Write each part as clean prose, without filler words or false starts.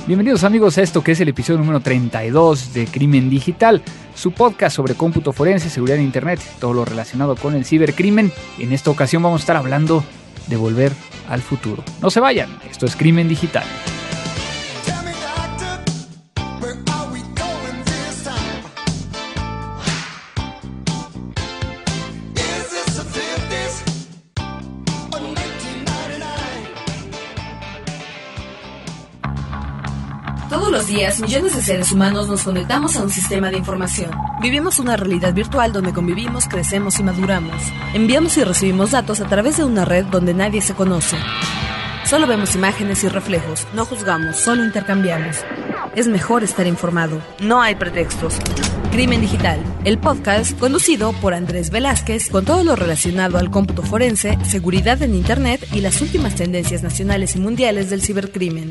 Bienvenidos amigos a esto que es el episodio número 32 de Crimen Digital, su podcast sobre cómputo forense, seguridad en internet, todo lo relacionado con el cibercrimen. En esta ocasión vamos a estar hablando de volver al futuro. No se vayan, esto es Crimen Digital. Todos los días, millones de seres humanos nos conectamos a un sistema de información. Vivimos una realidad virtual donde convivimos, crecemos y maduramos. Enviamos y recibimos datos a través de una red donde nadie se conoce. Solo vemos imágenes y reflejos, no juzgamos, solo intercambiamos. Es mejor estar informado. No hay pretextos. Crimen Digital, el podcast conducido por Andrés Velázquez, con todo lo relacionado al cómputo forense, seguridad en internet y las últimas tendencias nacionales y mundiales del cibercrimen.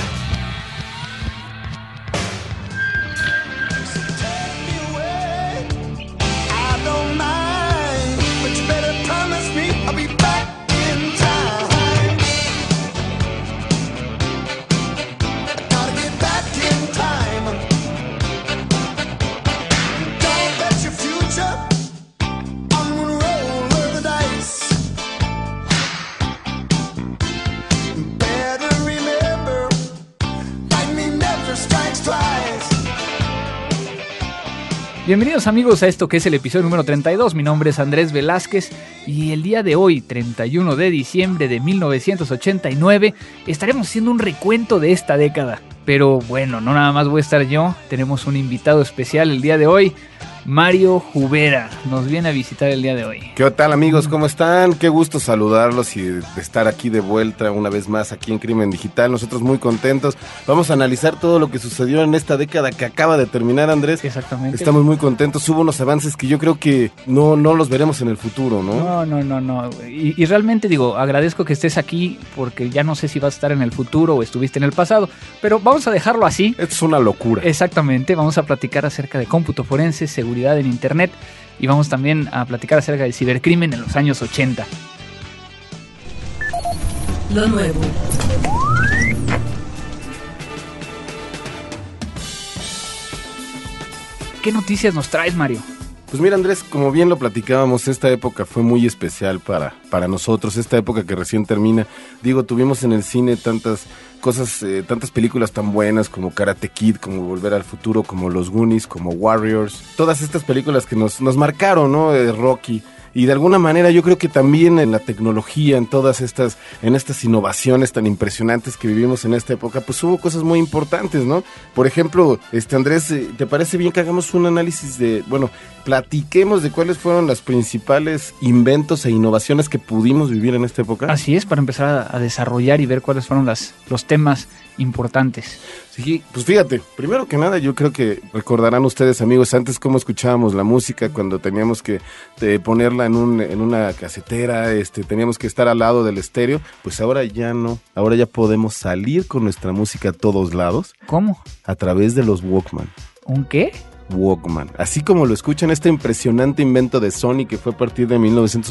Bienvenidos amigos a esto que es el episodio número 32, mi nombre es Andrés Velázquez y el día de hoy, 31 de diciembre de 1989, estaremos haciendo un recuento de esta década. Pero bueno, no nada más voy a estar yo, tenemos un invitado especial el día de hoy, Mario Jubera, nos viene a visitar el día de hoy. ¿Qué tal amigos? ¿Cómo están? Qué gusto saludarlos y de estar aquí de vuelta una vez más aquí en Crimen Digital. Nosotros muy contentos. Vamos a analizar todo lo que sucedió en esta década que acaba de terminar, Andrés. Exactamente. Estamos muy contentos. Hubo unos avances que yo creo que no los veremos en el futuro, ¿no? No. Y realmente digo, agradezco que estés aquí porque ya no sé si vas a estar en el futuro o estuviste en el pasado, pero vamos a dejarlo así. Esto es una locura. Exactamente. Vamos a platicar acerca de cómputo forense, seguridad en internet y vamos también a platicar acerca del cibercrimen en los años 80. Lo nuevo. ¿Qué noticias nos traes, Mario? Pues mira, Andrés, como bien lo platicábamos, esta época fue muy especial para nosotros, esta época que recién termina. Digo, tuvimos en el cine tantas cosas, tantas películas tan buenas como Karate Kid, como Volver al Futuro, como Los Goonies, como Warriors. Todas estas películas que nos marcaron, ¿no? Rocky. Y de alguna manera yo creo que también en la tecnología, en estas innovaciones tan impresionantes que vivimos en esta época, pues hubo cosas muy importantes, ¿no? Por ejemplo, Andrés, ¿te parece bien que hagamos un análisis platiquemos de cuáles fueron los principales inventos e innovaciones que pudimos vivir en esta época? Así es, para empezar a desarrollar y ver cuáles fueron los temas importantes. Sí, pues fíjate, primero que nada yo creo que recordarán ustedes, amigos, antes cómo escuchábamos la música cuando teníamos que ponerla en una casetera, teníamos que estar al lado del estéreo. Pues ahora ya no, ahora ya podemos salir con nuestra música a todos lados. ¿Cómo? A través de los Walkman. ¿Un qué? Walkman, así como lo escuchan, este impresionante invento de Sony que fue a partir de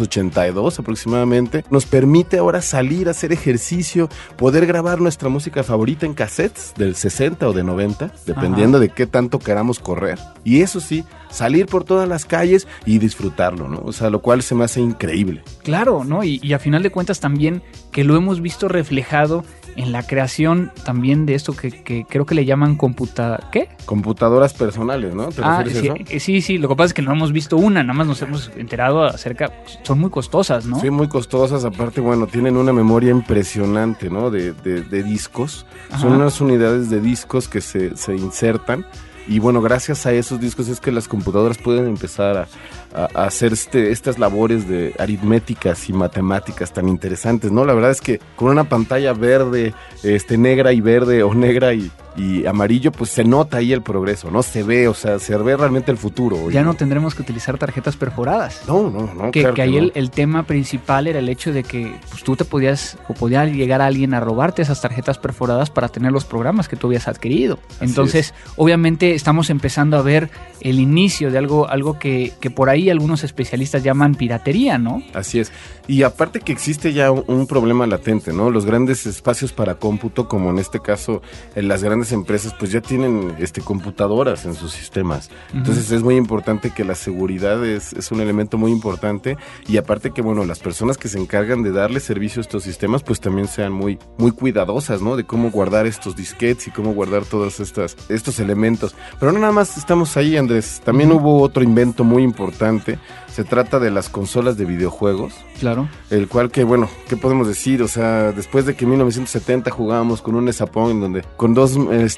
1982 aproximadamente, nos permite ahora salir a hacer ejercicio, poder grabar nuestra música favorita en cassettes del 60 o de 90, dependiendo de qué tanto queramos correr, y eso sí, salir por todas las calles y disfrutarlo, ¿no? O sea, lo cual se me hace increíble. Claro, ¿no? Y a final de cuentas también que lo hemos visto reflejado en la creación también de esto que creo que le llaman ¿qué? Computadoras personales, ¿no? ¿Te refieres a eso? Sí, lo que pasa es que no hemos visto una, nada más nos hemos enterado acerca, son muy costosas, ¿no? Sí, muy costosas, aparte, bueno, tienen una memoria impresionante, ¿no? De discos. Ajá. Son unas unidades de discos que se insertan. Y bueno, gracias a esos discos es que las computadoras pueden empezar a hacer estas labores de aritméticas y matemáticas tan interesantes, ¿no? La verdad es que con una pantalla verde, negra y verde o negra y amarillo, pues se nota ahí el progreso, ¿no? Se ve, o sea, se ve realmente el futuro. Oye. Ya no tendremos que utilizar tarjetas perforadas. No. Que ahí no. el tema principal era el hecho de que pues, tú podía llegar a alguien a robarte esas tarjetas perforadas para tener los programas que tú habías adquirido. Entonces, obviamente estamos empezando a ver el inicio de algo que por ahí algunos especialistas llaman piratería, ¿no? Así es. Y aparte que existe ya un problema latente, ¿no? Los grandes espacios para cómputo, como en este caso en las grandes grandes empresas pues ya tienen computadoras en sus sistemas. Entonces es muy importante que la seguridad es un elemento muy importante, y aparte que bueno, las personas que se encargan de darle servicio a estos sistemas pues también sean muy, muy cuidadosas, ¿no? De cómo guardar estos disquetes y cómo guardar todos estos elementos. Pero no nada más estamos ahí, Andrés. También hubo otro invento muy importante. Se trata de las consolas de videojuegos. Claro. El cual que, bueno, ¿qué podemos decir? O sea, después de que en 1970 jugábamos con un Nesapón en donde con dos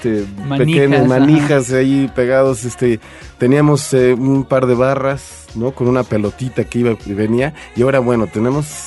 pequeñas manijas ahí pegados, teníamos un par de barras, ¿no? Con una pelotita que iba y venía. Y ahora, bueno, tenemos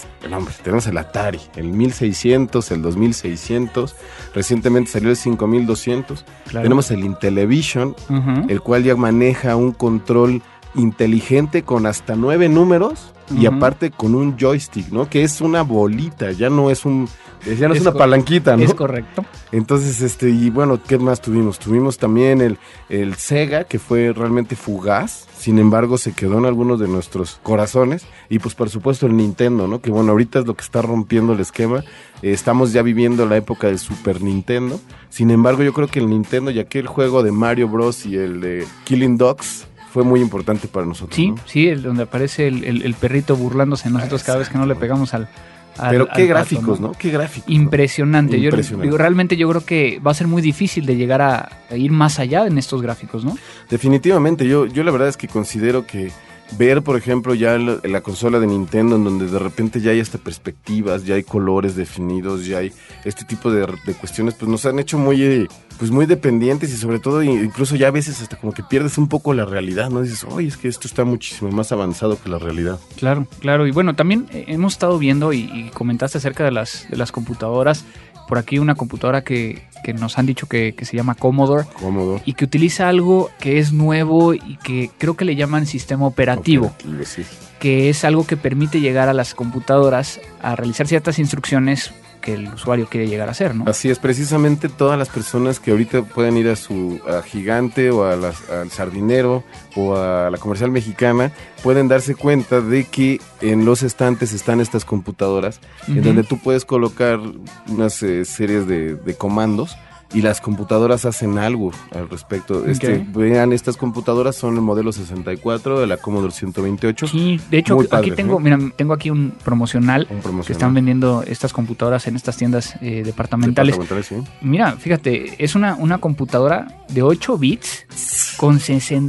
el Atari, el 1600, el 2600. Recientemente salió el 5200. Claro. Tenemos el Intellivision, el cual ya maneja un control inteligente con hasta 9 números y aparte con un joystick, ¿no? Que es una bolita, ya no es una palanquita, ¿no? Es correcto. Entonces, y bueno, ¿qué más tuvimos? Tuvimos también el Sega, que fue realmente fugaz, sin embargo se quedó en algunos de nuestros corazones, y pues por supuesto el Nintendo, ¿no? Que bueno, ahorita es lo que está rompiendo el esquema. Estamos ya viviendo la época del Super Nintendo, sin embargo yo creo que el Nintendo y aquel juego de Mario Bros y el de Killing Dogs fue muy importante para nosotros. Sí, ¿no? sí, donde aparece el perrito burlándose de nosotros cada vez que no le pegamos al Pero qué al gráficos, pato, ¿no? Qué gráficos. Impresionante. ¿no? Realmente yo creo que va a ser muy difícil de llegar a ir más allá en estos gráficos, ¿no? Definitivamente, yo la verdad es que considero que ver, por ejemplo, ya la consola de Nintendo, en donde de repente ya hay hasta perspectivas, ya hay colores definidos, ya hay este tipo de cuestiones, pues nos han hecho muy dependientes, y sobre todo incluso ya a veces hasta como que pierdes un poco la realidad, ¿no? Dices, oye, es que esto está muchísimo más avanzado que la realidad. Claro, y bueno, también hemos estado viendo y comentaste acerca de las computadoras. Por aquí una computadora que nos han dicho que se llama Commodore, y que utiliza algo que es nuevo y que creo que le llaman sistema operativo, sí. Que es algo que permite llegar a las computadoras a realizar ciertas instrucciones que el usuario quiere llegar a hacer, ¿no? Así es, precisamente todas las personas que ahorita pueden ir a Gigante o al Sardinero o a la Comercial Mexicana pueden darse cuenta de que en los estantes están estas computadoras en donde tú puedes colocar unas series de comandos, y las computadoras hacen algo al respecto. Vean, estas computadoras son el modelo 64 de la Commodore 128. Sí, de hecho aquí tengo aquí un promocional que están vendiendo estas computadoras en estas tiendas departamentales. Sí. Mira, fíjate, es una computadora de 8 bits con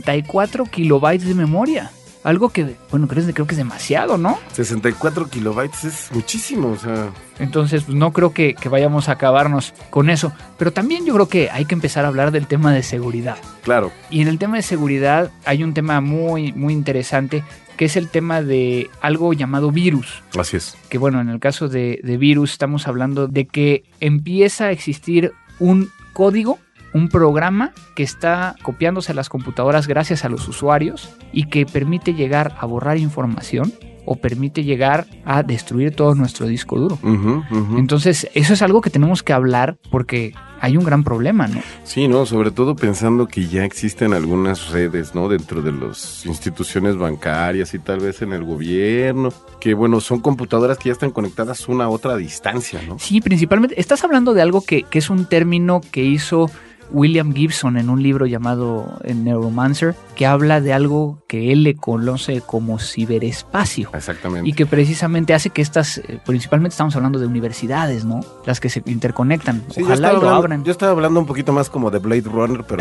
64 kilobytes de memoria. Algo que, bueno, creo que es demasiado, ¿no? 64 kilobytes es muchísimo, o sea... Entonces, pues no creo que vayamos a acabarnos con eso. Pero también yo creo que hay que empezar a hablar del tema de seguridad. Claro. Y en el tema de seguridad hay un tema muy, muy interesante, que es el tema de algo llamado virus. Así es. Que bueno, en el caso de virus estamos hablando de que empieza a existir un código, un programa que está copiándose a las computadoras gracias a los usuarios y que permite llegar a borrar información o permite llegar a destruir todo nuestro disco duro. Entonces, eso es algo que tenemos que hablar porque hay un gran problema, ¿no? Sí, ¿no? Sobre todo pensando que ya existen algunas redes, ¿no? Dentro de las instituciones bancarias y tal vez en el gobierno, que bueno, son computadoras que ya están conectadas una a otra a distancia, ¿no? Sí, principalmente, estás hablando de algo que es un término que hizo William Gibson en un libro llamado Neuromancer, que habla de algo que él le conoce como ciberespacio. Exactamente. Y que precisamente hace que estas, principalmente estamos hablando de universidades, ¿no? Las que se interconectan. Sí, ojalá lo abran. Yo estaba hablando un poquito más como de Blade Runner, pero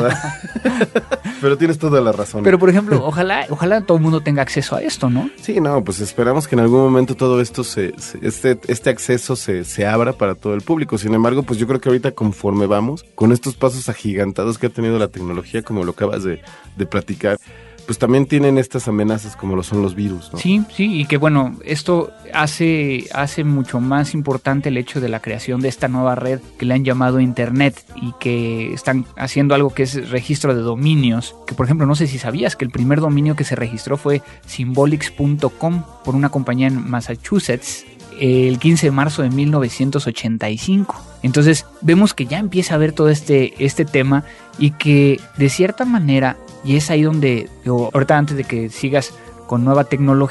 tienes toda la razón. Pero por ejemplo, ojalá todo el mundo tenga acceso a esto, ¿no? Sí, no, pues esperamos que en algún momento todo esto este acceso se abra para todo el público. Sin embargo, pues yo creo que ahorita conforme vamos, con estos pasos agigantados que ha tenido la tecnología, como lo acabas de platicar, pues también tienen estas amenazas como lo son los virus, ¿no? Sí, y que bueno, esto hace mucho más importante el hecho de la creación de esta nueva red que le han llamado Internet, y que están haciendo algo que es registro de dominios, que por ejemplo, no sé si sabías que el primer dominio que se registró fue symbolics.com por una compañía en Massachusetts el 15 de marzo de 1985. Entonces vemos que ya empieza a haber todo este tema, y que de cierta manera, y es ahí donde yo, ahorita antes de que sigas con nueva tecnología,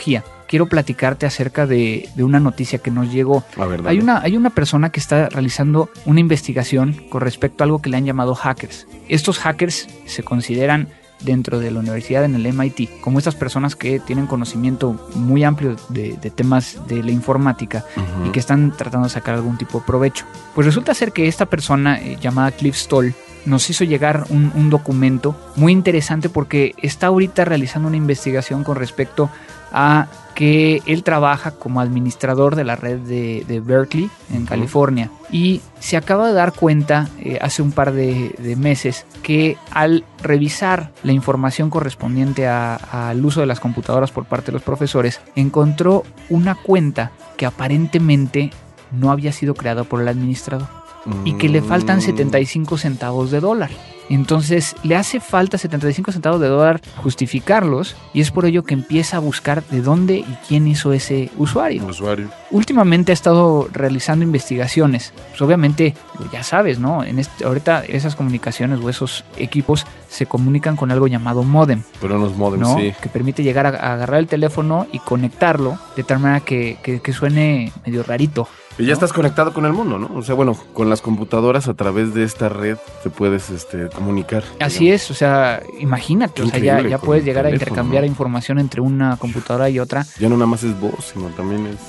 quiero platicarte acerca de una noticia que nos llegó. A ver, hay una persona que está realizando una investigación con respecto a algo que le han llamado hackers. Estos hackers se consideran dentro de la universidad, en el MIT, como estas personas que tienen conocimiento muy amplio de temas de la informática y que están tratando de sacar algún tipo de provecho. Pues resulta ser que esta persona llamada Cliff Stoll nos hizo llegar un documento muy interesante porque está ahorita realizando una investigación con respecto a que él trabaja como administrador de la red de Berkeley en California, y se acaba de dar cuenta hace un par de meses que al revisar la información correspondiente al uso de las computadoras por parte de los profesores, encontró una cuenta que aparentemente no había sido creada por el administrador y que le faltan 75 centavos de dólar. Entonces le hace falta 75 centavos de dólar justificarlos, y es por ello que empieza a buscar de dónde y quién hizo ese usuario. Últimamente ha estado realizando investigaciones. Pues obviamente, ya sabes, ¿no? Ahorita esas comunicaciones o esos equipos se comunican con algo llamado módem. Pero unos módems, ¿no? sí. Que permite llegar a agarrar el teléfono y conectarlo de tal manera que suene medio rarito. Y ya estás conectado con el mundo, ¿no? O sea, bueno, con las computadoras a través de esta red te puedes comunicar. Así es, o sea, imagínate, o sea, ya puedes llegar a intercambiar información entre una computadora y otra. Ya no nada más es voz, sino también es...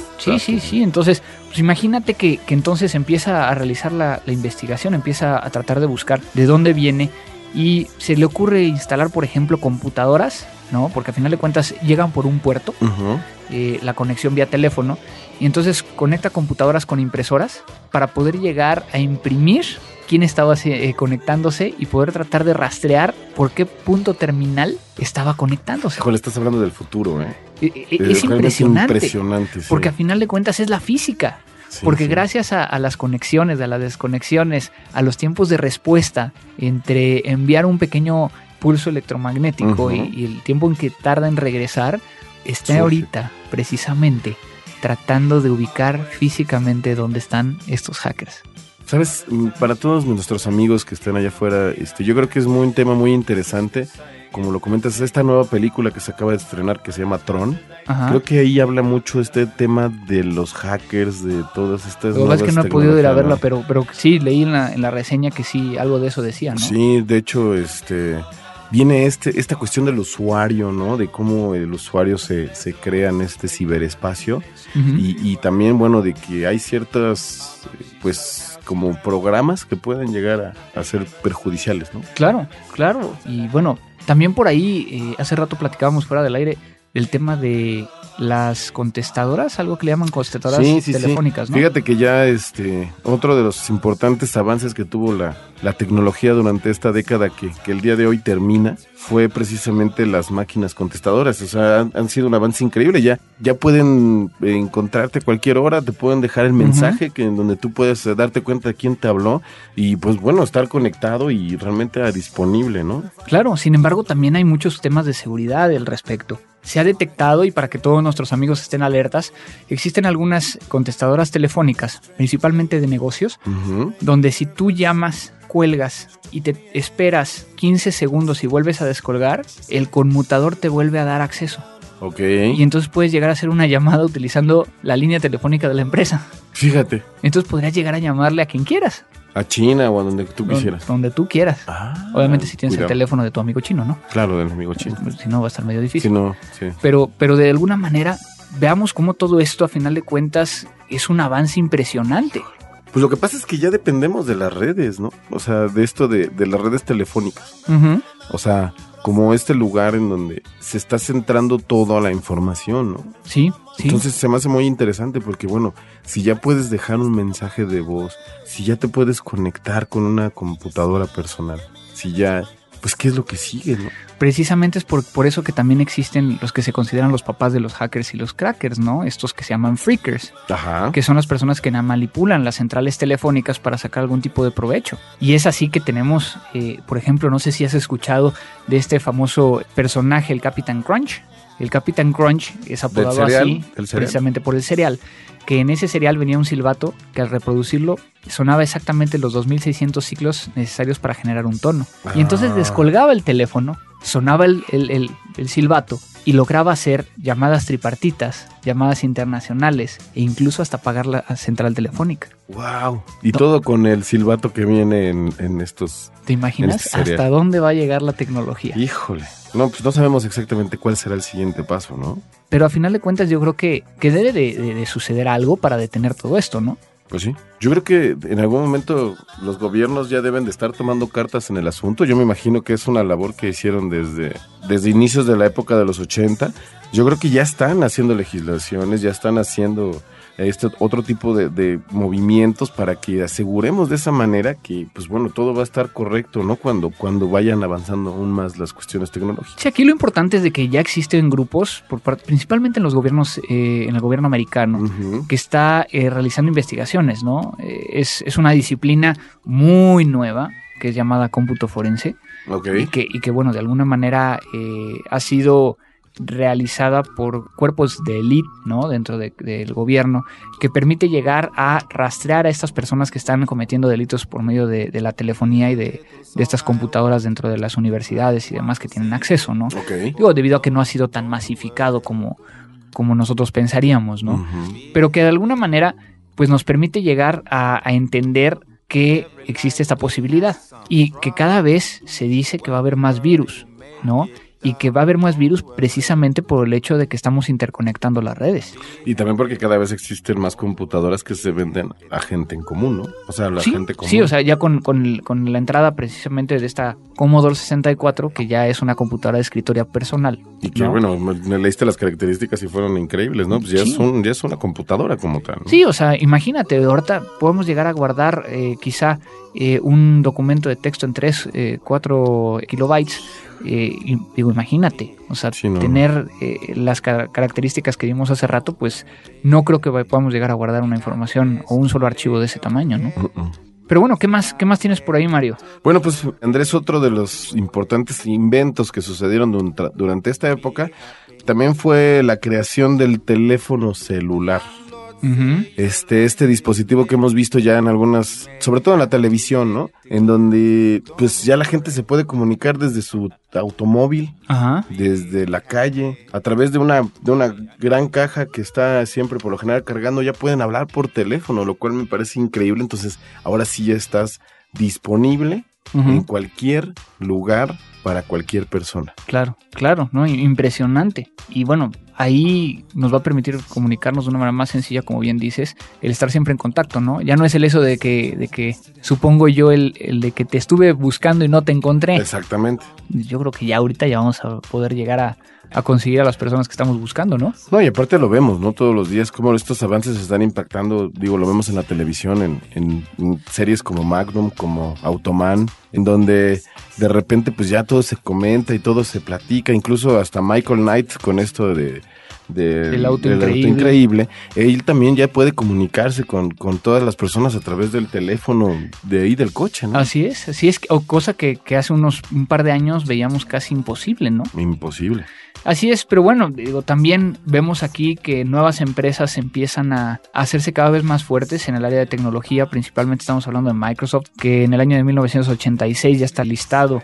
Sí. Entonces, pues imagínate que entonces empieza a realizar la investigación, empieza a tratar de buscar de dónde viene, y se le ocurre instalar, por ejemplo, computadoras, ¿no? Porque al final de cuentas llegan por un puerto, la conexión vía teléfono, y entonces conecta computadoras con impresoras para poder llegar a imprimir quién estaba conectándose y poder tratar de rastrear por qué punto terminal estaba conectándose. Híjole, estás hablando del futuro, ¿eh? Es impresionante, sí. Porque a final de cuentas es la física. Porque gracias a las conexiones, a las desconexiones, a los tiempos de respuesta entre enviar un pequeño pulso electromagnético y el tiempo en que tarda en regresar, está ahorita precisamente tratando de ubicar físicamente dónde están estos hackers. ¿Sabes? Para todos nuestros amigos que están allá afuera, yo creo que es un tema muy interesante. Como lo comentas, esta nueva película que se acaba de estrenar que se llama Tron. Ajá. Creo que ahí habla mucho este tema de los hackers, de todas estas nuevas tecnologías. Es que no he podido ir a verla, pero sí leí en la reseña que sí, algo de eso decía, ¿no? Sí, de hecho, viene esta cuestión del usuario, ¿no? De cómo el usuario se crea en este ciberespacio. Y también, bueno, de que hay ciertas, pues, como programas que pueden llegar a ser perjudiciales, ¿no? Claro. Y bueno, también por ahí, hace rato platicábamos fuera del aire el tema de las contestadoras, algo que le llaman contestadoras telefónicas, ¿no? Fíjate que ya otro de los importantes avances que tuvo la tecnología durante esta década que el día de hoy termina fue precisamente las máquinas contestadoras. O sea, han sido un avance increíble. Ya pueden encontrarte a cualquier hora, te pueden dejar el mensaje en donde tú puedes darte cuenta de quién te habló y pues bueno, estar conectado y realmente disponible, ¿no? Claro, sin embargo también hay muchos temas de seguridad al respecto. Se ha detectado, y para que todos nuestros amigos estén alertas, existen algunas contestadoras telefónicas, principalmente de negocios, donde si tú llamas, cuelgas y te esperas 15 segundos y vuelves a descolgar, el conmutador te vuelve a dar acceso. Okay. Y entonces puedes llegar a hacer una llamada utilizando la línea telefónica de la empresa. Fíjate. Entonces podrías llegar a llamarle a quien quieras. A China o a donde tú quisieras. Donde tú quieras. Obviamente si tienes el teléfono de tu amigo chino, ¿no? Claro, del amigo chino. Si no, va a estar medio difícil. Si no, sí. Pero de alguna manera, veamos cómo todo esto, a final de cuentas, es un avance impresionante. Pues lo que pasa es que ya dependemos de las redes, ¿no? O sea, de esto de las redes telefónicas. O sea, como este lugar en donde se está centrando toda la información, ¿no? Sí. Entonces se me hace muy interesante porque, bueno, si ya puedes dejar un mensaje de voz, si ya te puedes conectar con una computadora personal, si ya, pues, ¿qué es lo que sigue, no? Precisamente es por eso que también existen los que se consideran los papás de los hackers y los crackers, ¿no? Estos que se llaman freakers, que son las personas que manipulan las centrales telefónicas para sacar algún tipo de provecho. Y es así que tenemos, por ejemplo, no sé si has escuchado de este famoso personaje, el Capitán Crunch. El Capitán Crunch es apodado así precisamente por el cereal, que en ese cereal venía un silbato que al reproducirlo sonaba exactamente los 2600 ciclos necesarios para generar un tono. Y entonces descolgaba el teléfono, sonaba el silbato y lograba hacer llamadas tripartitas, llamadas internacionales e incluso hasta pagar la central telefónica. ¡Wow! Y todo con el silbato que viene en estos... ¿Te imaginas hasta dónde va a llegar la tecnología? Híjole. No, pues no sabemos exactamente cuál será el siguiente paso, ¿no? Pero a final de cuentas yo creo que debe de suceder algo para detener todo esto, ¿no? Pues sí. Yo creo que en algún momento los gobiernos ya deben de estar tomando cartas en el asunto. Yo me imagino que es una labor que hicieron desde inicios de la época de los 80. Yo creo que ya están haciendo legislaciones, ya están haciendo otro tipo de movimientos para que aseguremos de esa manera que, pues bueno, todo va a estar correcto, ¿no? Cuando vayan avanzando aún más las cuestiones tecnológicas. Sí, aquí lo importante es de que ya existen grupos, principalmente en los gobiernos, en el gobierno americano, que está realizando investigaciones, ¿no? Es una disciplina muy nueva, que es llamada cómputo forense, okay. y que bueno, de alguna manera ha sido realizada por cuerpos de élite, ¿no? Dentro del gobierno, que permite llegar a rastrear a estas personas que están cometiendo delitos por medio de la telefonía y de estas computadoras dentro de las universidades y demás que tienen acceso, ¿no? Okay. Digo, debido a que no ha sido tan masificado como nosotros pensaríamos, ¿no? Pero que de alguna manera pues nos permite llegar a entender que existe esta posibilidad y que cada vez se dice que va a haber más virus, ¿no? Y que va a haber más virus precisamente por el hecho de que estamos interconectando las redes. Y también porque cada vez existen más computadoras que se venden a gente en común, ¿no? O sea, gente común. Sí, o sea, ya con la entrada precisamente de esta Commodore 64, que ya es una computadora de escritorio personal. Y que, ¿no? bueno, me leíste las características y fueron increíbles, ¿no? Pues ya, sí. ya es una computadora como tal, ¿no? Sí, o sea, imagínate, ahorita podemos llegar a guardar quizá un documento de texto en 3, 4 kilobytes. Y digo, imagínate, o sea, sí, no. tener las características que vimos hace rato, pues no creo que podamos llegar a guardar una información o un solo archivo de ese tamaño, ¿no? Pero bueno, ¿qué más tienes por ahí, Mario? Bueno, pues Andrés, otro de los importantes inventos que sucedieron durante esta época también fue la creación del teléfono celular. Este dispositivo que hemos visto ya en algunas, sobre todo en la televisión, ¿no? En donde pues ya la gente se puede comunicar desde su automóvil, desde la calle, a través de una gran caja que está siempre por lo general cargando, ya pueden hablar por teléfono, lo cual me parece increíble. Entonces ahora sí ya estás disponible en cualquier lugar para cualquier persona. Claro, ¿no? Impresionante. Y bueno, ahí nos va a permitir comunicarnos de una manera más sencilla, como bien dices, el estar siempre en contacto, ¿no? Ya no es el eso de que supongo yo, el de que te estuve buscando y no te encontré. Exactamente. Yo creo que ya ahorita ya vamos a poder llegar a conseguir a las personas que estamos buscando, ¿no? No, y aparte lo vemos, ¿no? Todos los días, cómo estos avances están impactando, digo, lo vemos en la televisión, en series como Magnum, como Automan, en donde de repente pues ya todo se comenta y todo se platica, incluso hasta Michael Knight con esto del auto increíble, él también ya puede comunicarse con todas las personas a través del teléfono de ahí del coche, ¿no? Así es, o cosa que hace un par de años veíamos casi imposible, ¿no? Imposible. Así es, pero bueno, digo, también vemos aquí que nuevas empresas empiezan a hacerse cada vez más fuertes en el área de tecnología, principalmente estamos hablando de Microsoft, que en el año de 1986 ya está listado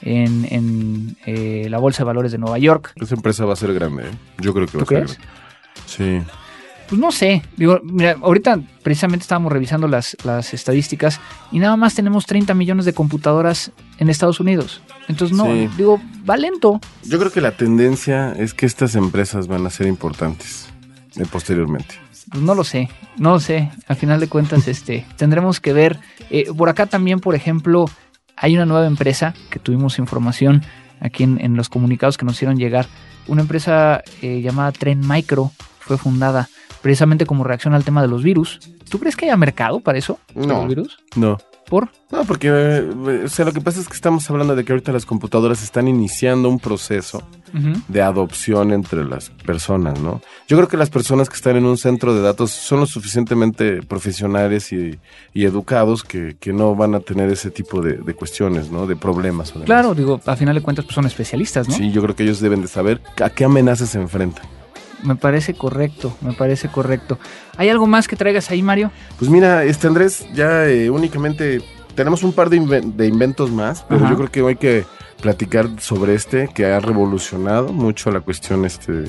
en la Bolsa de Valores de Nueva York. Esa empresa va a ser grande, ¿eh? Yo creo que va a ser grande. Sí. Pues no sé, digo, mira, ahorita precisamente estábamos revisando las estadísticas y nada más tenemos 30 millones de computadoras en Estados Unidos. Entonces no, sí. Digo, va lento. Yo creo que la tendencia es que estas empresas van a ser importantes posteriormente. Pues no lo sé, al final de cuentas tendremos que ver. Por acá también, por ejemplo, hay una nueva empresa que tuvimos información aquí en los comunicados que nos hicieron llegar. Una empresa llamada Trend Micro fue fundada precisamente como reacción al tema de los virus. ¿Tú crees que haya mercado para eso? No. ¿Para los virus? No. ¿Por? No, porque o sea, lo que pasa es que estamos hablando de que ahorita las computadoras están iniciando un proceso de adopción entre las personas, ¿no? Yo creo que las personas que están en un centro de datos son lo suficientemente profesionales y educados que no van a tener ese tipo de cuestiones, ¿no? De problemas. Además. Claro, digo, a final de cuentas pues son especialistas, ¿no? Sí, yo creo que ellos deben de saber a qué amenazas se enfrentan. Me parece correcto. ¿Hay algo más que traigas ahí, Mario? Pues mira, Andrés, ya únicamente tenemos un par de inventos más, pero yo creo que hay que platicar sobre que ha revolucionado mucho la cuestión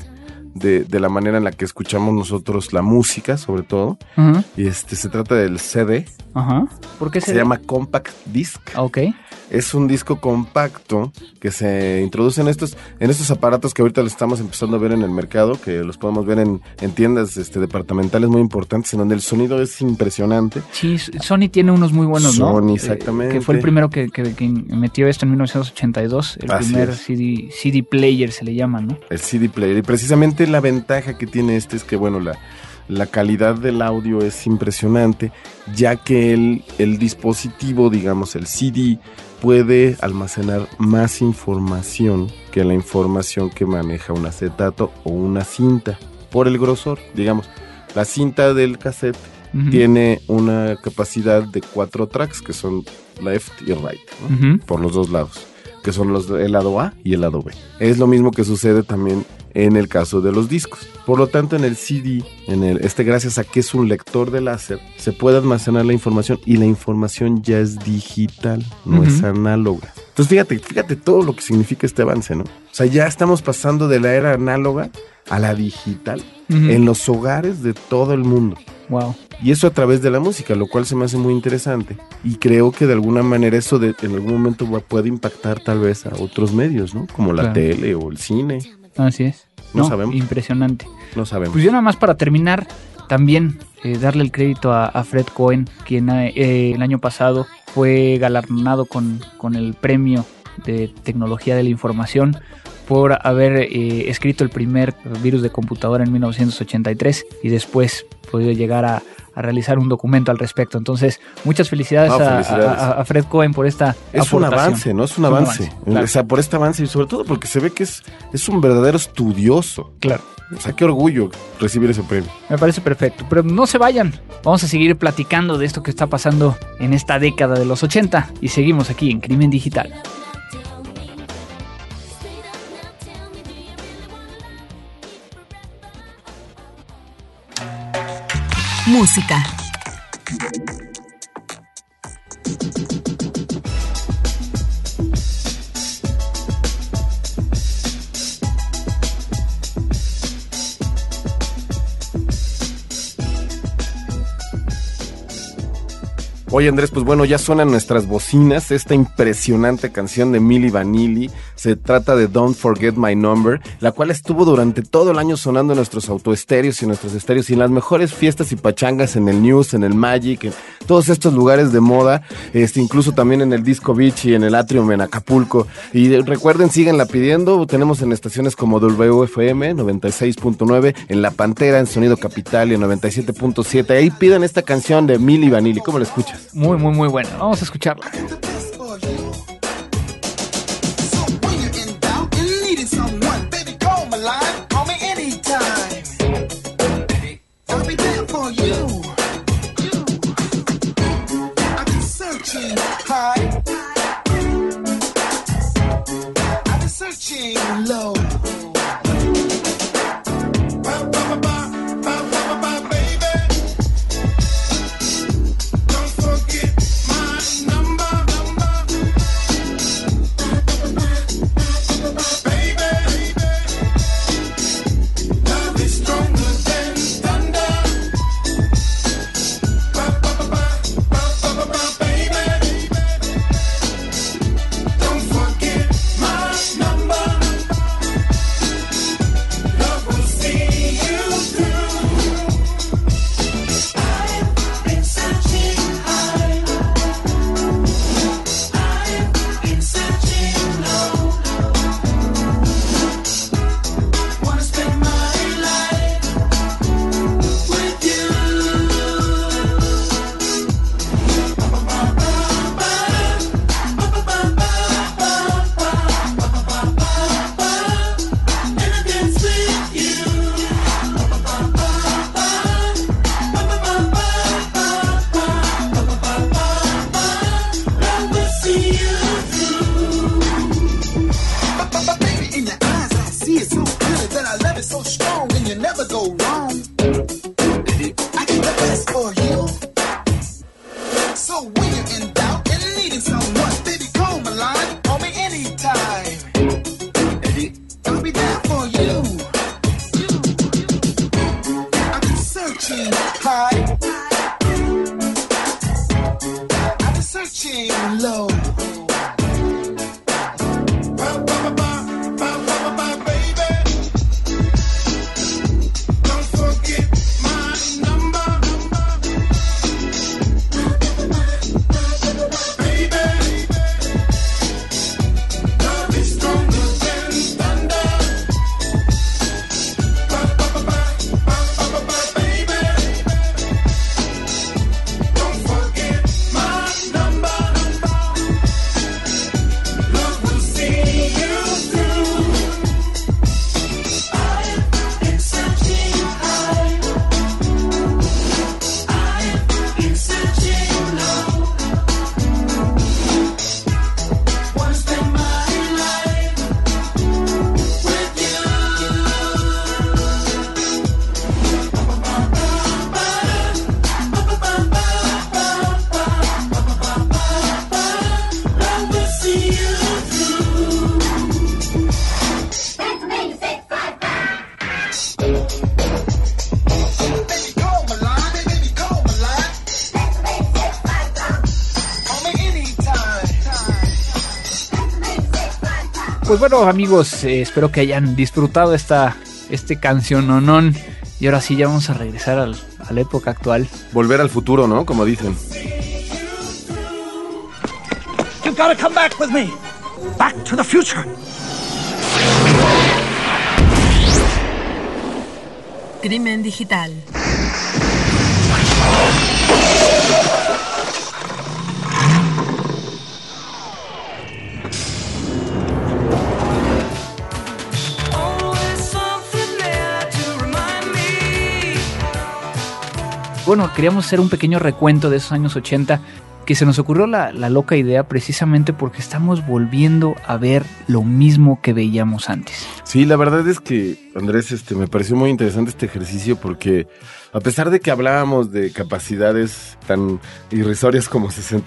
de la manera en la que escuchamos nosotros la música, sobre todo. Y se trata del CD. ¿Por qué se llama Compact Disc? Ok. Es un disco compacto que se introduce en estos aparatos que ahorita los estamos empezando a ver en el mercado, que los podemos ver en tiendas departamentales muy importantes, en donde el sonido es impresionante. Sí, Sony tiene unos muy buenos, ¿no? Sony, exactamente. Que fue el primero que metió esto en 1982, el Así primer es. CD player se le llama, ¿no? El CD player. Y precisamente la ventaja que tiene es que, bueno, la calidad del audio es impresionante, ya que el dispositivo, digamos, el CD, puede almacenar más información que la información que maneja un acetato o una cinta, por el grosor. Digamos, la cinta del cassette tiene una capacidad de 4 tracks, que son left y right, ¿no? Por los dos lados, que son el lado A y el lado B. Es lo mismo que sucede también en el caso de los discos. Por lo tanto, en el CD, gracias a que es un lector de láser, se puede almacenar la información y la información ya es digital, no es análoga. Entonces, fíjate todo lo que significa este avance, ¿no? O sea, ya estamos pasando de la era análoga a la digital en los hogares de todo el mundo. Wow. Y eso a través de la música, lo cual se me hace muy interesante. Y creo que de alguna manera eso en algún momento puede impactar tal vez a otros medios, ¿no? Como la tele o el cine. Así es. No sabemos. Impresionante. No sabemos. Pues yo nada más para terminar, también darle el crédito a Fred Cohen, quien el año pasado fue galardonado con el premio de tecnología de la información por haber escrito el primer virus de computadora en 1983 y después podido llegar a realizar un documento al respecto. Entonces, muchas felicidades, a Fred Cohen por esta Es aportación. un avance, ¿no? Es un avance. Claro. O sea, por este avance y sobre todo porque se ve que es un verdadero estudioso. Claro. O sea, qué orgullo recibir ese premio. Me parece perfecto. Pero no se vayan. Vamos a seguir platicando de esto que está pasando en esta década de los 80 y seguimos aquí en Crimen Digital. Música. Oye, Andrés, pues bueno, ya suenan nuestras bocinas esta impresionante canción de Milli Vanilli. Se trata de Don't Forget My Number, la cual estuvo durante todo el año sonando en nuestros autoestéreos y nuestros estéreos y en las mejores fiestas y pachangas, en el News, en el Magic, en todos estos lugares de moda, incluso también en el Disco Beach y en el Atrium en Acapulco. Y recuerden, síganla pidiendo, tenemos en estaciones como WFM 96.9, en La Pantera, en Sonido Capital y en 97.7. Ahí pidan esta canción de Milli Vanilli. ¿Cómo la escuchas? Muy, muy, muy buena. Vamos a escucharla. low. Pues bueno, amigos, espero que hayan disfrutado este canciononón. Y ahora sí, ya vamos a regresar a la época actual. Volver al futuro, ¿no? Como dicen. You gotta come back with me. Back to the future. Crimen digital. Bueno, queríamos hacer un pequeño recuento de esos años 80, que se nos ocurrió la loca idea precisamente porque estamos volviendo a ver lo mismo que veíamos antes. Sí, la verdad es que, Andrés, me pareció muy interesante este ejercicio porque a pesar de que hablábamos de capacidades tan irrisorias como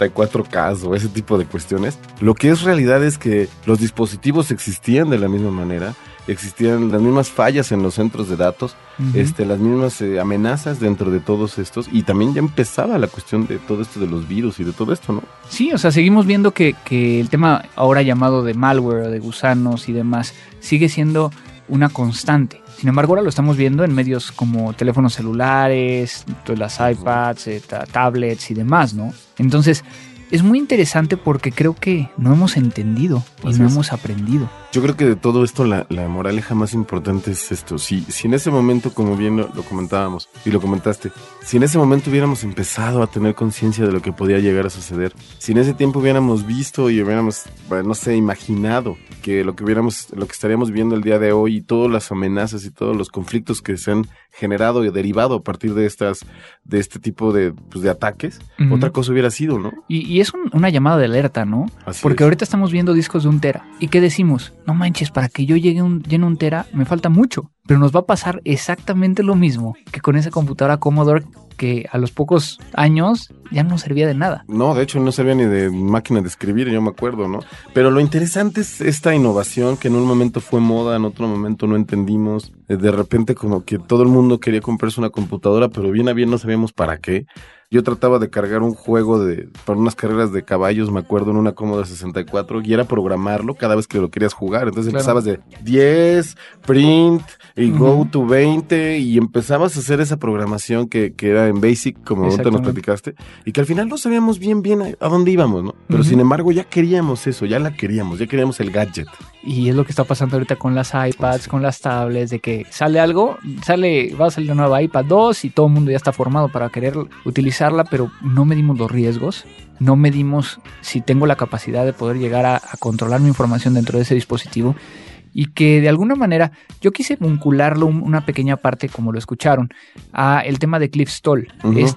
64K o ese tipo de cuestiones, lo que es realidad es que los dispositivos existían de la misma manera. Existían las mismas fallas en los centros de datos, las mismas amenazas dentro de todos estos, y también ya empezaba la cuestión de todo esto de los virus y de todo esto, ¿no? Sí, o sea, seguimos viendo que el tema ahora llamado de malware, de gusanos y demás, sigue siendo una constante. Sin embargo, ahora lo estamos viendo en medios como teléfonos celulares, las iPads, tablets y demás, ¿no? Entonces, es muy interesante porque creo que no hemos entendido y no hemos aprendido. Yo creo que de todo esto la moraleja más importante es esto. Si en ese momento, como bien lo comentábamos y lo comentaste, si en ese momento hubiéramos empezado a tener conciencia de lo que podía llegar a suceder, si en ese tiempo hubiéramos visto y hubiéramos, no sé, imaginado que lo que estaríamos viendo el día de hoy y todas las amenazas y todos los conflictos que se han generado y derivado a partir de este tipo de ataques, otra cosa hubiera sido, ¿no? Y es una llamada de alerta, ¿no? Porque ahorita estamos viendo discos de 1 tera. ¿Y qué decimos? No manches, para que yo llene 1 tera me falta mucho. Pero nos va a pasar exactamente lo mismo que con esa computadora Commodore que a los pocos años ya no servía de nada. No, de hecho no servía ni de máquina de escribir, yo me acuerdo, ¿no? Pero lo interesante es esta innovación que en un momento fue moda, en otro momento no entendimos. De repente como que todo el mundo quería comprarse una computadora, pero bien a bien no sabíamos para qué. Yo trataba de cargar un juego para unas carreras de caballos, me acuerdo, en una Commodore 64, y era programarlo cada vez que lo querías jugar. Entonces empezabas de 10, print, y go to 20, y empezabas a hacer esa programación que era en Basic, como ahorita nos platicaste, y que al final no sabíamos bien a dónde íbamos, ¿no? Pero sin embargo ya queríamos eso, ya queríamos el gadget. Y es lo que está pasando ahorita con las iPads, con las tablets, de que sale algo, va a salir la nueva iPad 2 y todo el mundo ya está formado para querer utilizarla, pero no medimos los riesgos, no medimos si tengo la capacidad de poder llegar a controlar mi información dentro de ese dispositivo. Y que de alguna manera yo quise vincularlo una pequeña parte, como lo escucharon, a el tema de Cliff Stoll.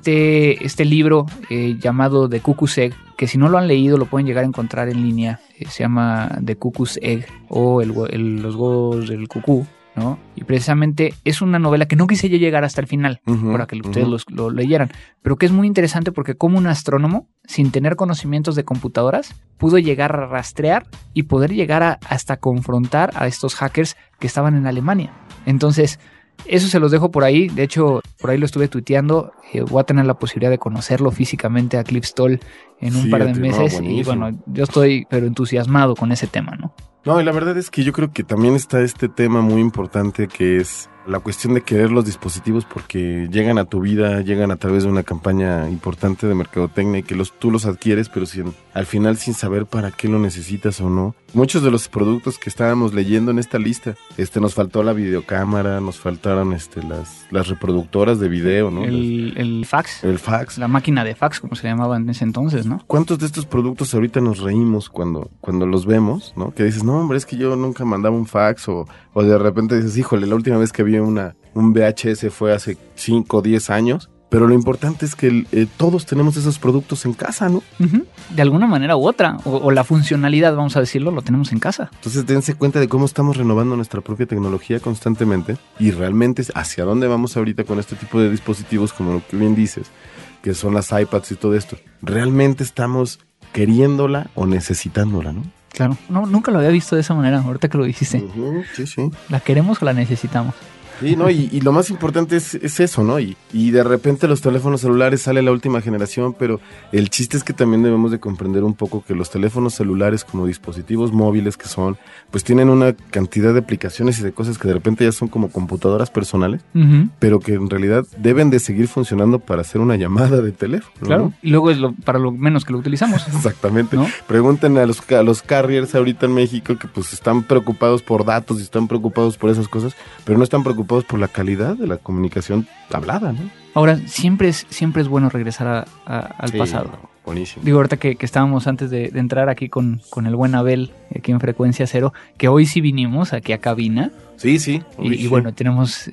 Este libro llamado The Cuckoo's Egg, que si no lo han leído lo pueden llegar a encontrar en línea. Se llama The Cuckoo's Egg o los huevos del cucú, ¿no? Y precisamente es una novela que no quise yo llegar hasta el final para que ustedes lo leyeran, pero que es muy interesante porque como un astrónomo, sin tener conocimientos de computadoras, pudo llegar a rastrear y poder llegar hasta confrontar a estos hackers que estaban en Alemania. Entonces, Eso se los dejo por ahí. De hecho, por ahí lo estuve tuiteando. Voy a tener la posibilidad de conocerlo físicamente a Cliff Stoll en un par de meses. Y bueno, yo estoy pero entusiasmado con ese tema, ¿no? No, y la verdad es que yo creo que también está este tema muy importante que es la cuestión de querer los dispositivos porque llegan a tu vida, llegan a través de una campaña importante de mercadotecnia y que tú los adquieres, pero al final sin saber para qué lo necesitas o no. Muchos de los productos que estábamos leyendo en esta lista, nos faltó la videocámara, nos faltaron las reproductoras de video, ¿no? El fax. El fax. La máquina de fax, como se llamaba en ese entonces, ¿no? ¿Cuántos de estos productos ahorita nos reímos cuando los vemos, ¿no? Que dices, no, hombre, es que yo nunca mandaba un fax o de repente dices, híjole, la última vez que vi un VHS fue hace 5 o 10 años, pero lo importante es que todos tenemos esos productos en casa, ¿no? Uh-huh. De alguna manera u otra, o la funcionalidad, vamos a decirlo, lo tenemos en casa. Entonces dense cuenta de cómo estamos renovando nuestra propia tecnología constantemente y realmente hacia dónde vamos ahorita con este tipo de dispositivos, como lo que bien dices, que son las iPads y todo esto. ¿Realmente estamos queriéndola o necesitándola, no? Claro, no, nunca lo había visto de esa manera, ahorita que lo dijiste. Uh-huh, sí. ¿La queremos o la necesitamos? Sí, ¿no? Y lo más importante es eso, ¿no? Y de repente los teléfonos celulares sale la última generación, pero el chiste es que también debemos de comprender un poco que los teléfonos celulares como dispositivos móviles que son, pues tienen una cantidad de aplicaciones y de cosas que de repente ya son como computadoras personales, uh-huh, pero que en realidad deben de seguir funcionando para hacer una llamada de teléfono, ¿no? Claro, y luego es para lo menos que lo utilizamos. Exactamente, ¿no? Pregúntenle a los carriers ahorita en México que pues están preocupados por datos y están preocupados por esas cosas, pero no están preocupados por la calidad de la comunicación hablada, ¿no? Ahora, siempre es bueno regresar al pasado. Buenísimo. Digo, ahorita que estábamos antes de entrar aquí con el buen Abel, aquí en Frecuencia Cero, que hoy sí vinimos aquí a cabina. Sí. Y bueno, tenemos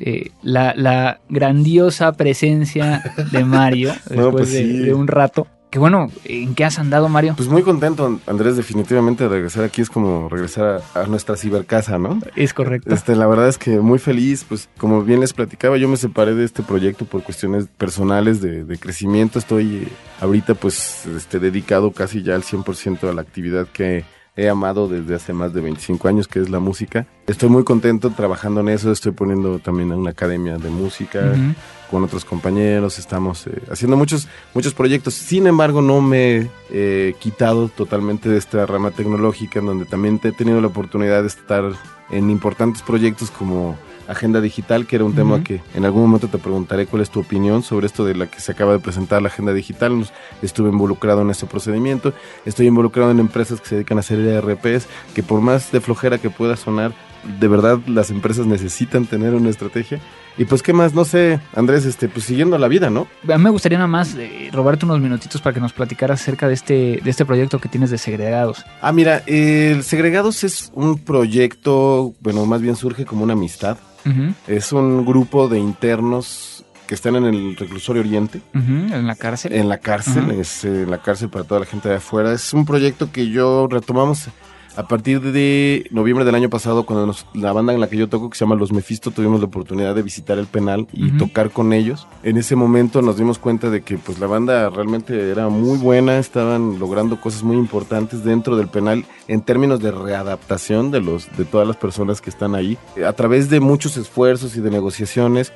la grandiosa presencia de Mario después de un rato. Que bueno, ¿en qué has andado, Mario? Pues muy contento, Andrés, definitivamente regresar aquí es como regresar a nuestra cibercasa, ¿no? Es correcto. La verdad es que muy feliz, pues como bien les platicaba, yo me separé de este proyecto por cuestiones personales de crecimiento. Estoy ahorita pues dedicado casi ya al 100% a la actividad que he amado desde hace más de 25 años, que es la música. Estoy muy contento trabajando en eso, estoy poniendo también una academia de música, uh-huh, con otros compañeros, estamos haciendo muchos proyectos. Sin embargo, no me he quitado totalmente de esta rama tecnológica, en donde también he tenido la oportunidad de estar en importantes proyectos como Agenda Digital, que era un uh-huh, tema que en algún momento te preguntaré cuál es tu opinión sobre esto de la que se acaba de presentar la Agenda Digital. Estuve involucrado en ese procedimiento, estoy involucrado en empresas que se dedican a hacer ERPs, que por más de flojera que pueda sonar, de verdad las empresas necesitan tener una estrategia. Y pues, ¿qué más? No sé, Andrés, pues siguiendo la vida, ¿no? A mí me gustaría nada más robarte unos minutitos para que nos platicaras acerca de este proyecto que tienes de Segregados. Mira, el Segregados es un proyecto, bueno, más bien surge como una amistad. Uh-huh. Es un grupo de internos que están en el Reclusorio Oriente. Uh-huh. ¿En la cárcel? En la cárcel, uh-huh, es la cárcel para toda la gente de afuera. Es un proyecto que yo retomamos a partir de noviembre del año pasado, cuando la banda en la que yo toco, que se llama Los Mephisto, tuvimos la oportunidad de visitar el penal y uh-huh, tocar con ellos. En ese momento nos dimos cuenta de que pues la banda realmente era muy buena, estaban logrando cosas muy importantes dentro del penal en términos de readaptación de todas las personas que están ahí. A través de muchos esfuerzos y de negociaciones,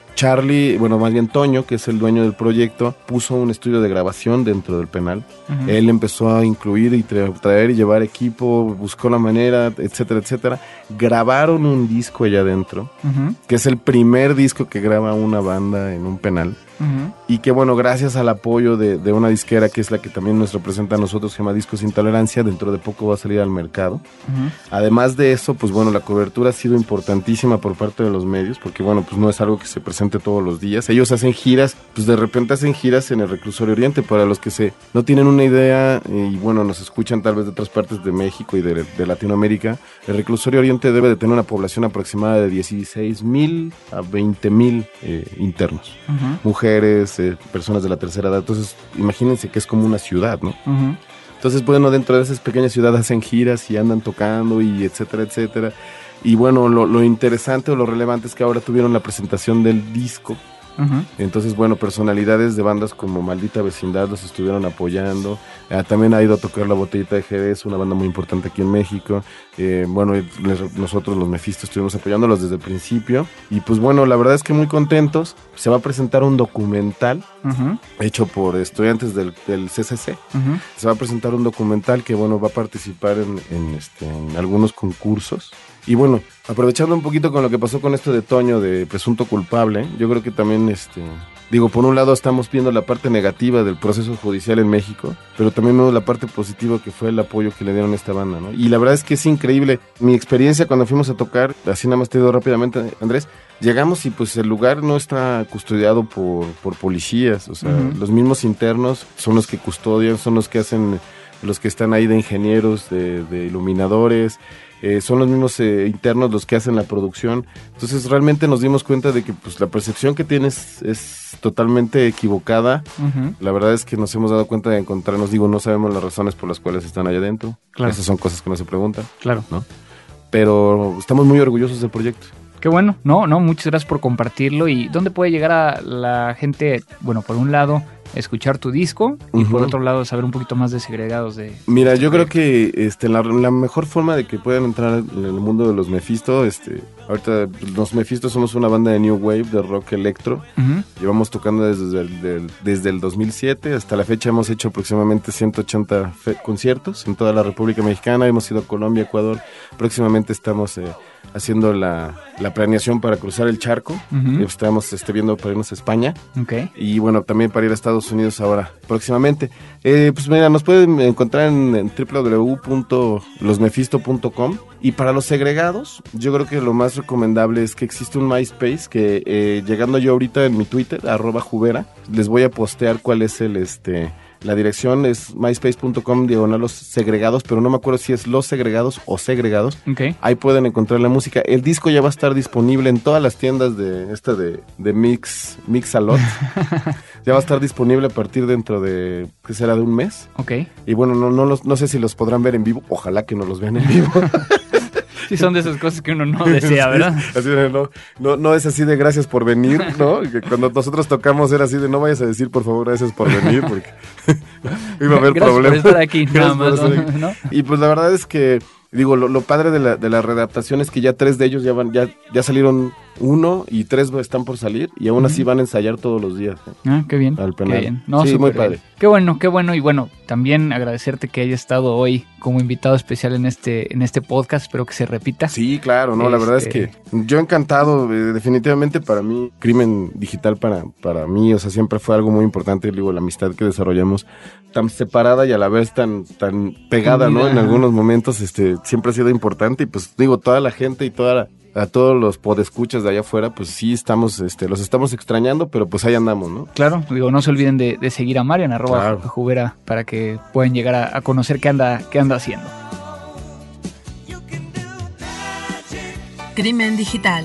Toño, que es el dueño del proyecto, puso un estudio de grabación dentro del penal. Uh-huh. Él empezó a incluir y traer y llevar equipo, buscó la manera, etcétera, etcétera. Grabaron un disco allá adentro, uh-huh, que es el primer disco que graba una banda en un penal. Uh-huh. Y que bueno, gracias al apoyo de una disquera que es la que también nos representa a nosotros, se llama Discos Sin Tolerancia, dentro de poco va a salir al mercado. Uh-huh. Además de eso, pues bueno, la cobertura ha sido importantísima por parte de los medios, porque bueno, pues no es algo que se presente todos los días. Ellos hacen giras, pues de repente hacen giras en el Reclusorio Oriente, para los que no tienen una idea y bueno, nos escuchan tal vez de otras partes de México y de Latinoamérica. El Reclusorio Oriente debe de tener una población aproximada de 16,000 a 20,000 internos. Uh-huh. Mujeres, personas de la tercera edad. Entonces, imagínense que es como una ciudad, ¿no? Uh-huh. Entonces, bueno, dentro de esas pequeñas ciudades hacen giras y andan tocando y etcétera, etcétera. Y bueno, lo interesante o lo relevante es que ahora tuvieron la presentación del disco Ujú. Entonces, bueno, personalidades de bandas como Maldita Vecindad los estuvieron apoyando. También ha ido a tocar La Botellita de Jerez, una banda muy importante aquí en México. Bueno, nosotros los Mephisto estuvimos apoyándolos desde el principio. Y pues bueno, la verdad es que muy contentos. Se va a presentar un documental Ujú. hecho por estudiantes del CCC. Ujú. Se va a presentar un documental que, bueno, va a participar en algunos concursos. Y bueno, aprovechando un poquito con lo que pasó con esto de Toño, de presunto culpable, yo creo que también, digo, por un lado estamos viendo la parte negativa del proceso judicial en México, pero también vemos la parte positiva que fue el apoyo que le dieron a esta banda, ¿no? Y la verdad es que es increíble. Mi experiencia cuando fuimos a tocar, así nada más te digo rápidamente, Andrés, llegamos y pues el lugar no está custodiado por policías, o sea, los mismos internos son los que custodian, son los que hacen, los que están ahí de ingenieros, de iluminadores, son los mismos internos los que hacen la producción. Entonces realmente nos dimos cuenta de que pues la percepción que tienes es totalmente equivocada. Ujú. La verdad es que nos hemos dado cuenta de encontrarnos, digo, no sabemos las razones por las cuales están allá adentro. Claro. Esas son cosas que no se preguntan, Claro. ¿no? Pero estamos muy orgullosos del proyecto. Qué bueno. No, muchas gracias por compartirlo. ¿Y dónde puede llegar a la gente? Bueno, por un lado, escuchar tu disco y por otro lado, saber un poquito más de Segregados de... Mira, yo creo que la mejor forma de que puedan entrar en el mundo de los Mephisto, ahorita los Mephisto somos una banda de New Wave, de rock electro. Ujú. Llevamos tocando desde el 2007, hasta la fecha hemos hecho aproximadamente 180 conciertos en toda la República Mexicana, hemos ido a Colombia, Ecuador, próximamente estamos haciendo la planeación para cruzar el charco, Ujú. estamos viendo para irnos a España. Ok. Y bueno, también para ir a Estados Unidos ahora, próximamente. Pues mira, nos pueden encontrar en www.losmephisto.com. Y para los segregados, yo creo que lo más recomendable es que existe un MySpace que llegando yo ahorita en mi Twitter, @Jubera, les voy a postear cuál es la dirección es myspace.com/los segregados, pero no me acuerdo si es los segregados o segregados. Ok. Ahí pueden encontrar la música. El disco ya va a estar disponible en todas las tiendas de Mix-a-Lot. Ya va a estar disponible a partir dentro de, ¿qué será? De un mes. Ok. Y bueno, no sé si los podrán ver en vivo. Ojalá que no los vean en vivo. Sí, son de esas cosas que uno no desea, ¿verdad? Así de, no es así de gracias por venir, ¿no? Que cuando nosotros tocamos era así de no vayas a decir por favor gracias por venir porque iba a haber Gracias problemas. por estar aquí, nada Gracias por más, estar aquí. ¿no? Y pues la verdad es que, digo, lo padre de la readaptación es que ya 3 de ellos ya salieron, 1 y 3 están por salir y aún así van a ensayar todos los días. Ah, qué bien. Al Qué penal. bien. No, Sí, súper muy bien. padre. Qué bueno. Y bueno, también agradecerte que hayas estado hoy como invitado especial en este podcast. Espero que se repita. Sí, claro, no, la verdad es que yo encantado, definitivamente para mí, Crimen Digital para mí, o sea, siempre fue algo muy importante, digo, la amistad que desarrollamos tan separada y a la vez tan pegada, ¿no? En algunos momentos, siempre ha sido importante y pues digo, toda la gente y a todos los podescuchas de allá afuera, pues sí los estamos extrañando, pero pues ahí andamos, ¿no? Claro, digo, no se olviden de seguir a Mario en Claro. @Jubera para que puedan llegar a conocer qué anda haciendo. Crimen Digital.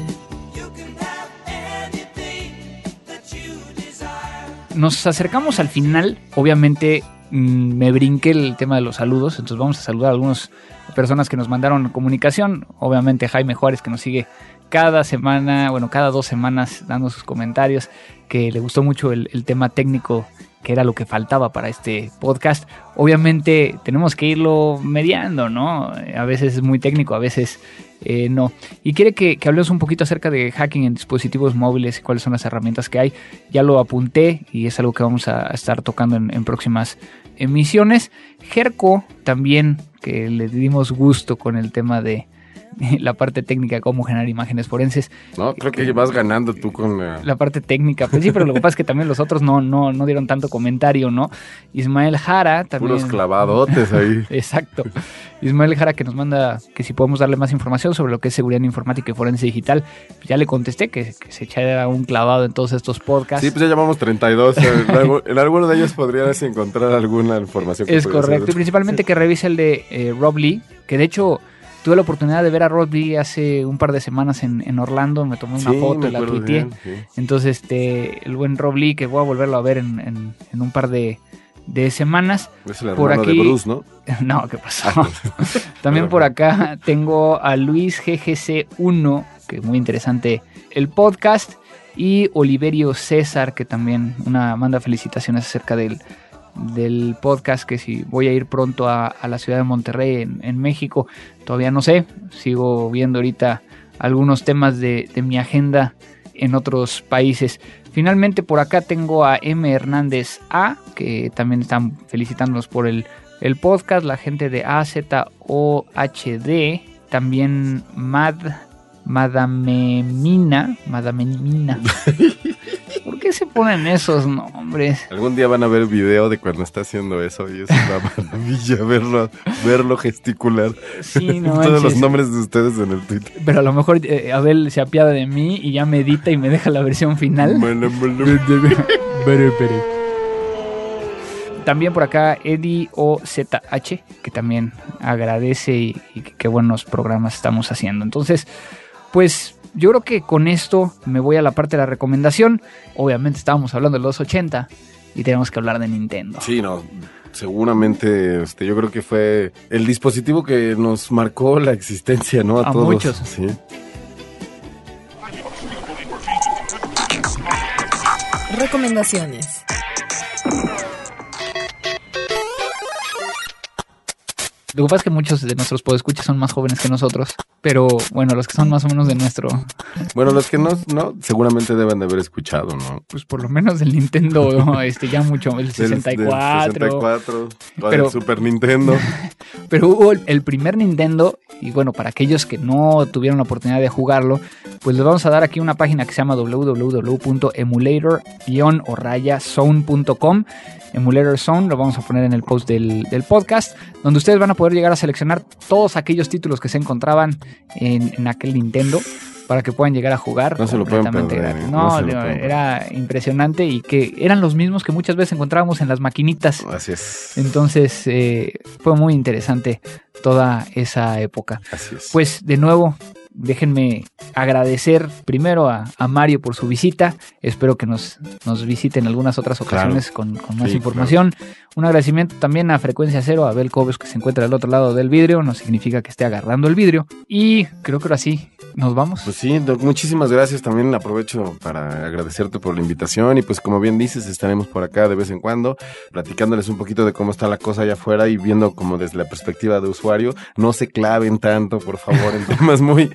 Nos acercamos al final, obviamente me brinqué el tema de los saludos, entonces vamos a saludar a algunas personas que nos mandaron comunicación, obviamente Jaime Juárez que nos sigue cada semana, bueno, cada 2 semanas dando sus comentarios, que le gustó mucho el tema técnico, que era lo que faltaba para este podcast. Obviamente tenemos que irlo mediando, ¿no? A veces es muy técnico, a veces no. Y quiere que hablemos un poquito acerca de hacking en dispositivos móviles y cuáles son las herramientas que hay. Ya lo apunté y es algo que vamos a estar tocando en próximas emisiones. Jerko también, que le dimos gusto con el tema de la parte técnica, cómo generar imágenes forenses. No, creo que vas ganando tú con la parte técnica, pues sí, pero lo que pasa es que también los otros no dieron tanto comentario, ¿no? Ismael Jara también. puros clavadotes ahí. Exacto. Ismael Jara que nos manda que si podemos darle más información sobre lo que es seguridad informática y forense digital. Pues ya le contesté que se echara un clavado en todos estos podcasts. Sí, pues ya llevamos 32. En alguno de ellos podrías encontrar alguna información. Es correcto. Y principalmente que revise el de Rob Lee, que de hecho tuve la oportunidad de ver a Rob Lee hace un par de semanas en Orlando. Me tomé una foto y la tuiteé. Sí. Entonces, el buen Rob Lee, que voy a volverlo a ver en un par de semanas. Es el Por hermano aquí, de Bruce, ¿no? No, ¿qué pasó? También por acá tengo a Luis GGC1, que muy interesante el podcast. y Oliverio César, que también manda felicitaciones acerca del podcast, que si voy a ir pronto a la ciudad de Monterrey en México, todavía no sé, sigo viendo ahorita algunos temas de mi agenda en otros países. Finalmente por acá tengo a M. Hernández A, que también están felicitándonos por el podcast, la gente de AZOHD, también Madamemina. ¿Por qué se ponen esos nombres? Algún día van a ver video de cuando está haciendo eso y es una maravilla verlo gesticular. Sí, no todos manches. los nombres de ustedes en el Twitter. Pero a lo mejor Abel se apiada de mí y ya me edita y me deja la versión final. También por acá Eddie OZH, que también agradece y qué buenos programas estamos haciendo. Entonces, pues yo creo que con esto me voy a la parte de la recomendación. Obviamente estábamos hablando de los 80 y tenemos que hablar de Nintendo. Sí, no, seguramente yo creo que fue el dispositivo que nos marcó la existencia, ¿no? A todos. Muchos. Sí. Recomendaciones. Lo que pasa es que muchos de nuestros podescuchas son más jóvenes que nosotros, pero bueno, los que son más o menos de nuestro... Bueno, los que no, seguramente deben de haber escuchado, ¿no? Pues por lo menos del Nintendo, ya mucho, el 64. Del 64, pero, el Super Nintendo. Pero hubo el primer Nintendo, y bueno, para aquellos que no tuvieron la oportunidad de jugarlo, pues les vamos a dar aquí una página que se llama www.emulator-zone.com. Emulator Zone, lo vamos a poner en el post del podcast, donde ustedes van a poder llegar a seleccionar todos aquellos títulos que se encontraban en aquel Nintendo para que puedan llegar a jugar. No se lo pueden perder. Gratis. No, era impresionante y que eran los mismos que muchas veces encontrábamos en las maquinitas. Así es. Entonces fue muy interesante toda esa época. Así es. Pues de nuevo, déjenme agradecer primero a Mario por su visita. Espero que nos visite en algunas otras ocasiones, claro, con más información. Claro. Un agradecimiento también a Frecuencia Cero, a Abel Cobos, que se encuentra del otro lado del vidrio. No significa que esté agarrando el vidrio. Y creo que ahora sí, ¿nos vamos? Pues sí, Doc, muchísimas gracias. También aprovecho para agradecerte por la invitación. Y pues como bien dices, estaremos por acá de vez en cuando, platicándoles un poquito de cómo está la cosa allá afuera y viendo como desde la perspectiva de usuario. No se claven tanto, por favor, en temas muy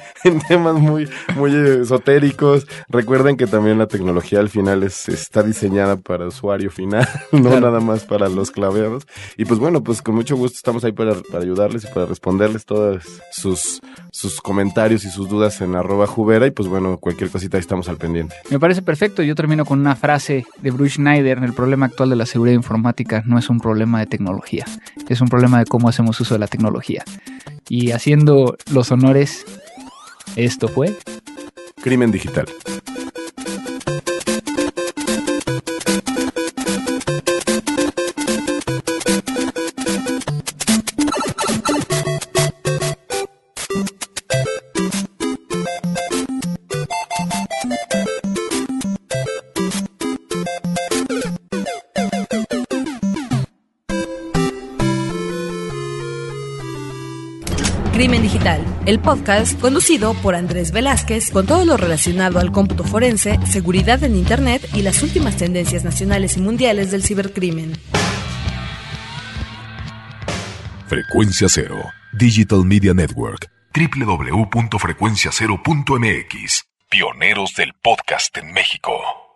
esotéricos. Recuerden que también la tecnología al final está diseñada para usuario final, no claro, nada más para los claveados. Y pues bueno, pues con mucho gusto estamos ahí para ayudarles y para responderles todas sus comentarios y sus dudas en @Jubera. Y pues bueno, cualquier cosita ahí estamos al pendiente. Me parece perfecto. Yo termino con una frase de Bruce Schneider: el problema actual de la seguridad informática no es un problema de tecnología, es un problema de cómo hacemos uso de la tecnología. Y haciendo los honores, esto fue Crimen Digital. Crimen Digital, el podcast conducido por Andrés Velázquez con todo lo relacionado al cómputo forense, seguridad en Internet y las últimas tendencias nacionales y mundiales del cibercrimen. Frecuencia Cero, Digital Media Network, www.frecuenciacero.mx, pioneros del podcast en México.